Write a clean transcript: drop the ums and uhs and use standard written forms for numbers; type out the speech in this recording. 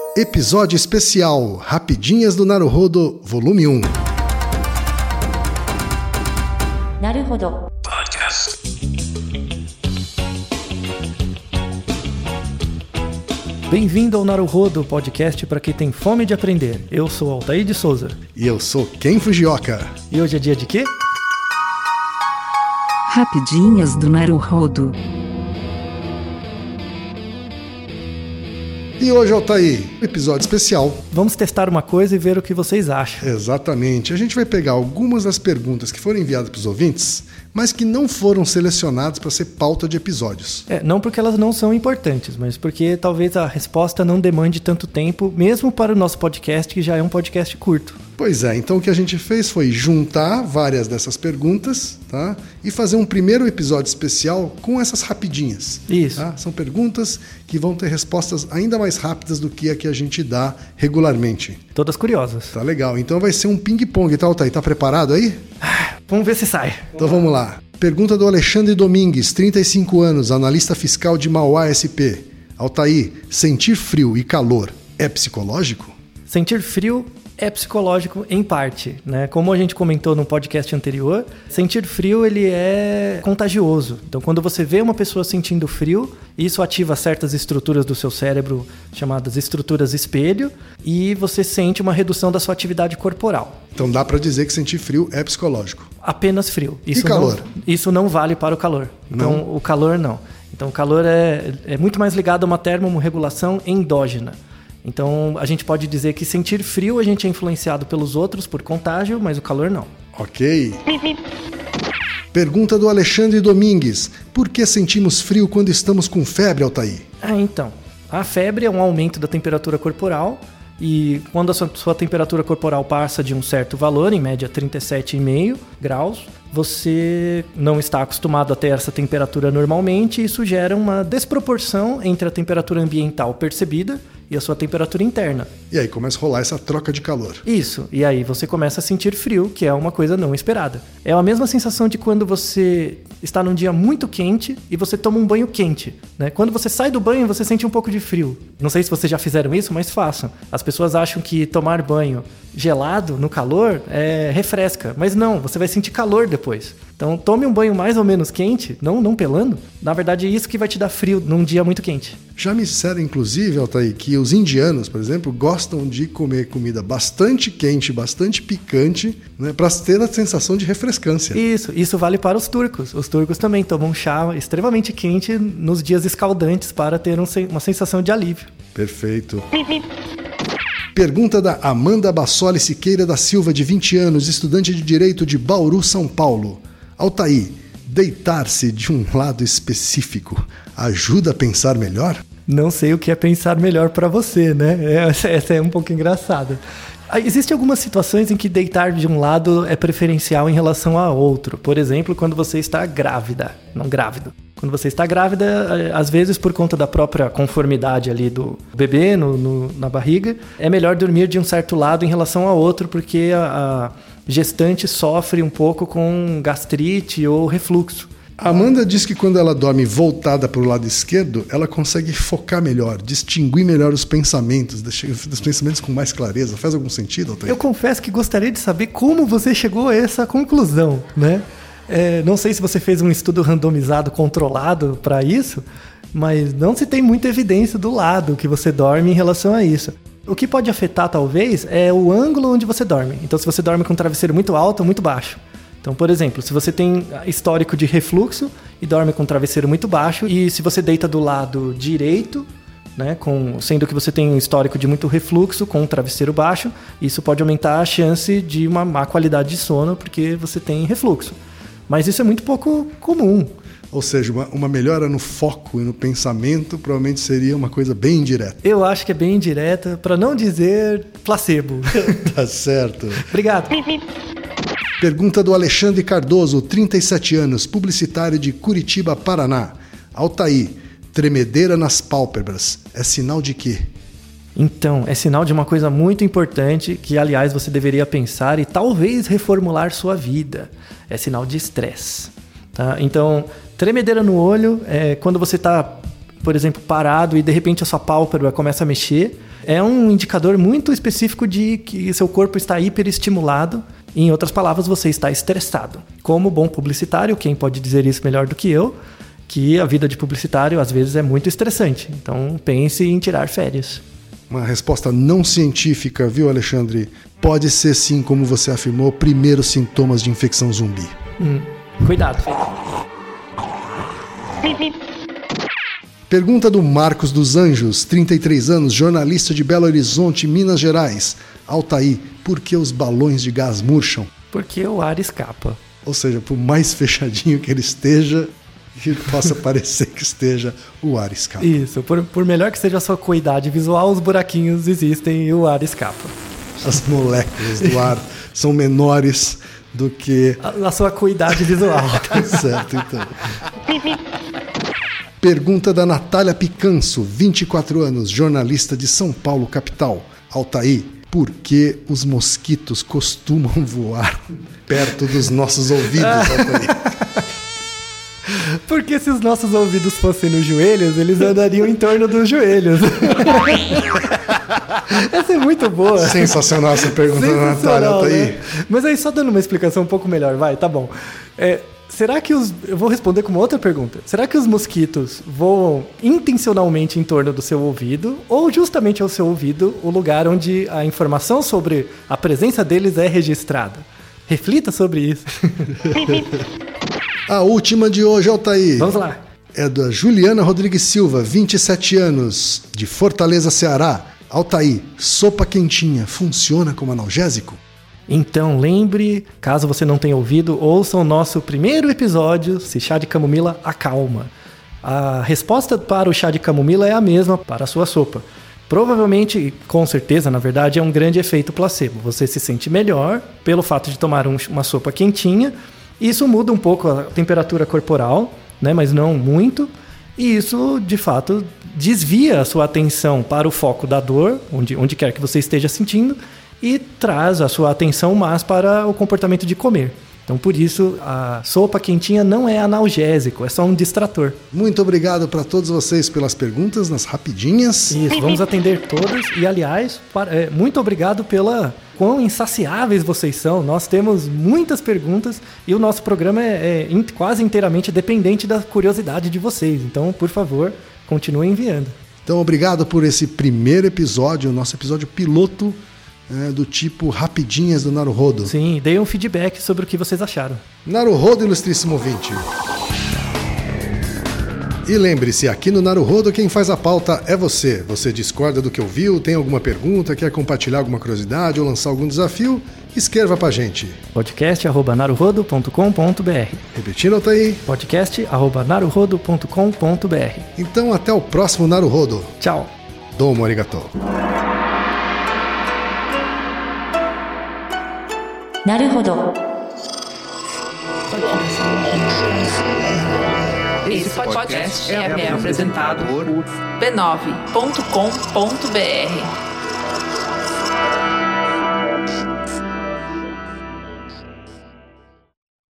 Episódio especial Rapidinhas do Naruhodo, volume 1. Naruhodo Podcast. Bem-vindo ao Naruhodo, podcast para quem tem fome de aprender. Eu sou Altair de Souza. E eu sou Ken Fujioka. E hoje é dia de quê? Rapidinhas do Naruhodo. E hoje, Altair, episódio especial. Vamos testar uma coisa e ver o que vocês acham. Exatamente. A gente vai pegar algumas das perguntas que foram enviadas para os ouvintes, mas que não foram selecionadas para ser pauta de episódios. Não porque elas não são importantes, mas porque talvez a resposta não demande tanto tempo, mesmo para o nosso podcast, que já é um podcast curto. Pois é, então o que a gente fez foi juntar várias dessas perguntas, tá? E fazer um primeiro episódio especial com essas rapidinhas. Isso. Tá? São perguntas que vão ter respostas ainda mais rápidas do que a que a gente dá regularmente. Todas curiosas. Tá legal, então vai ser um ping-pong, tá, Altair? Tá preparado aí? Vamos ver se sai. Então vamos lá. Pergunta do Alexandre Domingues, 35 anos, analista fiscal de Mauá SP. Altair, sentir frio e calor é psicológico? Sentir frio é psicológico em parte, né? Como a gente comentou no podcast anterior, sentir frio ele é contagioso. Então, quando você vê uma pessoa sentindo frio, isso ativa certas estruturas do seu cérebro, chamadas estruturas espelho, e você sente uma redução da sua atividade corporal. Então dá para dizer que sentir frio é psicológico. Apenas frio. Isso e calor? Isso não vale para o calor. Então, não. O calor não. Então, o calor é muito mais ligado a uma termorregulação endógena. Então, a gente pode dizer que sentir frio a gente é influenciado pelos outros por contágio, mas o calor não. Ok. Pergunta do Alexandre Domingues. Por que sentimos frio quando estamos com febre, Altair? Então, a febre é um aumento da temperatura corporal e quando a sua temperatura corporal passa de um certo valor, em média 37,5 graus, você não está acostumado a ter essa temperatura normalmente e isso gera uma desproporção entre a temperatura ambiental percebida e a sua temperatura interna. E aí começa a rolar essa troca de calor. Isso, e aí você começa a sentir frio, que é uma coisa não esperada. É a mesma sensação de quando você está num dia muito quente e você toma um banho quente, né? Quando você sai do banho, você sente um pouco de frio. Não sei se vocês já fizeram isso, mas façam. As pessoas acham que tomar banho gelado no calor refresca, mas não, você vai sentir calor depois. Então tome um banho mais ou menos quente, não pelando. Na verdade é isso que vai te dar frio num dia muito quente. Já me disseram, inclusive, Altair, que os indianos, por exemplo, gostam de comer comida bastante quente, bastante picante, né, para ter a sensação de refrescância. Isso vale para os turcos. Os turcos também tomam um chá extremamente quente nos dias escaldantes para ter uma sensação de alívio. Perfeito. Pergunta da Amanda Bassoli Siqueira da Silva, de 20 anos, estudante de Direito de Bauru, São Paulo. Altair, deitar-se de um lado específico ajuda a pensar melhor? Não sei o que é pensar melhor para você, né? Essa é um pouco engraçada. Existem algumas situações em que deitar de um lado é preferencial em relação a outro. Por exemplo, quando você está grávida, não grávido. Quando você está grávida, às vezes por conta da própria conformidade ali do bebê na barriga, é melhor dormir de um certo lado em relação ao outro, porque a gestante sofre um pouco com gastrite ou refluxo. A Amanda diz que quando ela dorme voltada para o lado esquerdo, ela consegue focar melhor, distinguir melhor os pensamentos, dos pensamentos com mais clareza. Faz algum sentido, Altair? Eu confesso que gostaria de saber como você chegou a essa conclusão, né? Não sei se você fez um estudo randomizado, controlado para isso, mas não se tem muita evidência do lado que você dorme em relação a isso. O que pode afetar, talvez, é o ângulo onde você dorme. Então, se você dorme com um travesseiro muito alto ou muito baixo. Então, por exemplo, se você tem histórico de refluxo e dorme com um travesseiro muito baixo, e se você deita do lado direito, né, sendo que você tem um histórico de muito refluxo com um travesseiro baixo, isso pode aumentar a chance de uma má qualidade de sono porque você tem refluxo. Mas isso é muito pouco comum. Ou seja, uma melhora no foco e no pensamento provavelmente seria uma coisa bem indireta. Eu acho que é bem indireta, para não dizer placebo. Tá certo. Obrigado. Pergunta do Alexandre Cardoso, 37 anos, publicitário de Curitiba, Paraná. Altair, tremedeira nas pálpebras, é sinal de quê? Então, é sinal de uma coisa muito importante que, aliás, você deveria pensar e talvez reformular sua vida. É sinal de estresse. Tá? Então, tremedeira no olho é quando você está por exemplo, parado e de repente a sua pálpebra começa a mexer, é um indicador muito específico de que seu corpo está hiperestimulado. Em outras palavras, você está estressado. Como bom publicitário, quem pode dizer isso melhor do que eu, que a vida de publicitário às vezes é muito estressante. Então pense em tirar férias. Uma resposta não científica, viu, Alexandre? Pode ser sim, como você afirmou, primeiros sintomas de infecção zumbi. Cuidado. Pergunta do Marcos dos Anjos, 33 anos, jornalista de Belo Horizonte, Minas Gerais. Altair, por que os balões de gás murcham? Porque o ar escapa. Ou seja, por mais fechadinho que ele esteja, que possa parecer que esteja, o ar escapa. Isso, por melhor que seja a sua acuidade visual, os buraquinhos existem e o ar escapa. As moléculas do ar são menores do que... a sua acuidade visual. Tá certo, então. Pergunta da Natália Picanso, 24 anos, jornalista de São Paulo, capital. Altair, por que os mosquitos costumam voar perto dos nossos ouvidos, Altair? Porque se os nossos ouvidos fossem nos joelhos, eles andariam em torno dos joelhos. Essa é muito boa. Sensacional essa pergunta da Natália, Altair. Né? Mas aí só dando uma explicação um pouco melhor, vai, tá bom. Será que eu vou responder com uma outra pergunta. Será que os mosquitos voam intencionalmente em torno do seu ouvido ou justamente ao seu ouvido, o lugar onde a informação sobre a presença deles é registrada? Reflita sobre isso. A última de hoje, Altair. Vamos lá. É da Juliana Rodrigues Silva, 27 anos, de Fortaleza, Ceará. Altair, sopa quentinha funciona como analgésico? Então lembre, caso você não tenha ouvido, ouça o nosso primeiro episódio, se chá de camomila acalma. A resposta para o chá de camomila é a mesma para a sua sopa. Provavelmente, com certeza, na verdade, é um grande efeito placebo. Você se sente melhor pelo fato de tomar uma sopa quentinha. Isso muda um pouco a temperatura corporal, né, mas não muito. E isso, de fato, desvia a sua atenção para o foco da dor, onde quer que você esteja sentindo, e traz a sua atenção mais para o comportamento de comer. Então, por isso, a sopa quentinha não é analgésico, é só um distrator. Muito obrigado para todos vocês pelas perguntas, nas rapidinhas. Isso, vamos atender todas. E, aliás, muito obrigado pela quão insaciáveis vocês são. Nós temos muitas perguntas e o nosso programa é quase inteiramente dependente da curiosidade de vocês. Então, por favor, continuem enviando. Então, obrigado por esse primeiro episódio, nosso episódio piloto, do tipo Rapidinhas do Naruhodo. Sim, deem um feedback sobre o que vocês acharam. Naruhodo, ilustríssimo ouvinte. E lembre-se, aqui no Naruhodo quem faz a pauta é você. Você discorda do que ouviu, tem alguma pergunta, quer compartilhar alguma curiosidade ou lançar algum desafio? Escreva pra gente. podcast@naruhodo.com.br. Repetindo, Altair. podcast@naruhodo.com.br. Então até o próximo Naruhodo. Tchau. Domo arigatou. Naruhodo. Esse podcast é apresentado por b9.com.br.